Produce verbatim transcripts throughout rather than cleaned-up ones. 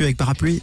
l'actu avec Parapluie.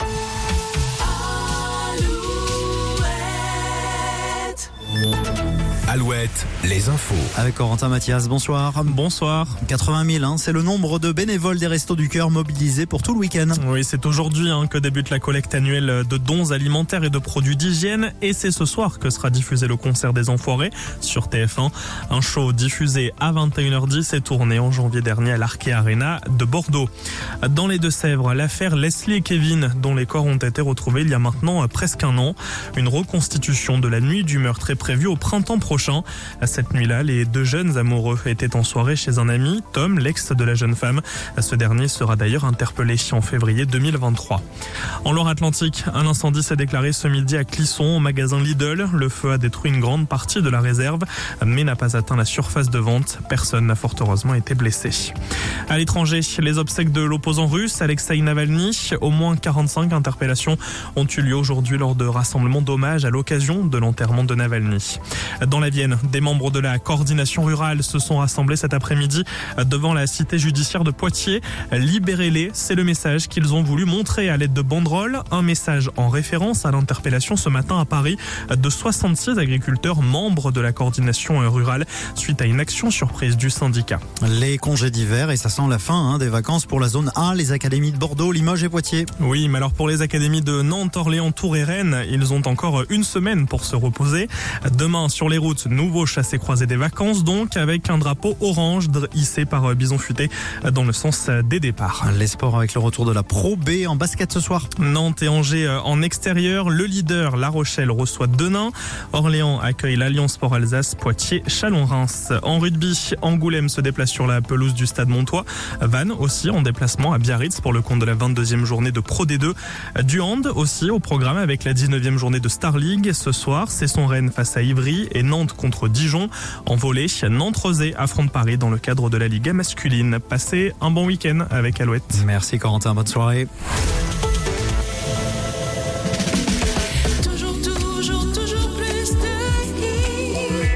Alouette, les infos. Avec Corentin Mathias, bonsoir. Bonsoir. quatre-vingt mille, hein, c'est le nombre de bénévoles des Restos du Cœur mobilisés pour tout le week-end. Oui, c'est aujourd'hui hein, que débute la collecte annuelle de dons alimentaires et de produits d'hygiène. Et c'est ce soir que sera diffusé le concert des Enfoirés sur T F un. Un show diffusé à vingt et une heures dix et tourné en janvier dernier à l'Arkea Arena de Bordeaux. Dans les Deux-Sèvres, l'affaire Leslie et Kevin, dont les corps ont été retrouvés il y a maintenant presque un an. Une reconstitution de la nuit du meurtre est prévue au printemps prochain. Cette nuit-là, les deux jeunes amoureux étaient en soirée chez un ami, Tom, l'ex de la jeune femme. Ce dernier sera d'ailleurs interpellé en février deux mille vingt-trois. En Loire-Atlantique, un incendie s'est déclaré ce midi à Clisson, au magasin Lidl. Le feu a détruit une grande partie de la réserve, mais n'a pas atteint la surface de vente. Personne n'a fort heureusement été blessé. À l'étranger, les obsèques de l'opposant russe, Alexeï Navalny. Au moins quarante-cinq interpellations ont eu lieu aujourd'hui lors de rassemblements d'hommage à l'occasion de l'enterrement de Navalny. Dans la Vienne, des membres de la coordination rurale se sont rassemblés cet après-midi devant la cité judiciaire de Poitiers. Libérez-les, c'est le message qu'ils ont voulu montrer à l'aide de banderoles. Un message en référence à l'interpellation ce matin à Paris de soixante-six agriculteurs membres de la coordination rurale suite à une action surprise du syndicat. Les congés d'hiver et ça sent la fin hein, des vacances pour la zone A, les académies de Bordeaux, Limoges et Poitiers. Oui, mais alors pour les académies de Nantes, Orléans, Tours et Rennes, ils ont encore une semaine pour se reposer. Demain, sur les routes, nouveau chassé-croisé des vacances, donc avec un drapeau orange hissé par Bison Futé dans le sens des départs. Les sports avec le retour de la Pro B en basket ce soir. Nantes et Angers en extérieur. Le leader, La Rochelle, reçoit Denain. Orléans accueille l'Alliance Sport Alsace, Poitiers, Chalon-Reims. En rugby, Angoulême se déplace sur la pelouse du Stade Montois. Vannes aussi en déplacement à Biarritz pour le compte de la vingt-deuxième journée de Pro D deux. Du hand aussi au programme avec la dix-neuvième journée de Star League. Ce soir, c'est son Rennes face à Ivry et Nantes contre Dijon. En volée, Nantes-Rezé affronte Paris dans le cadre de la Liga masculine. Passez un bon week-end avec Alouette. Merci Corentin, bonne soirée.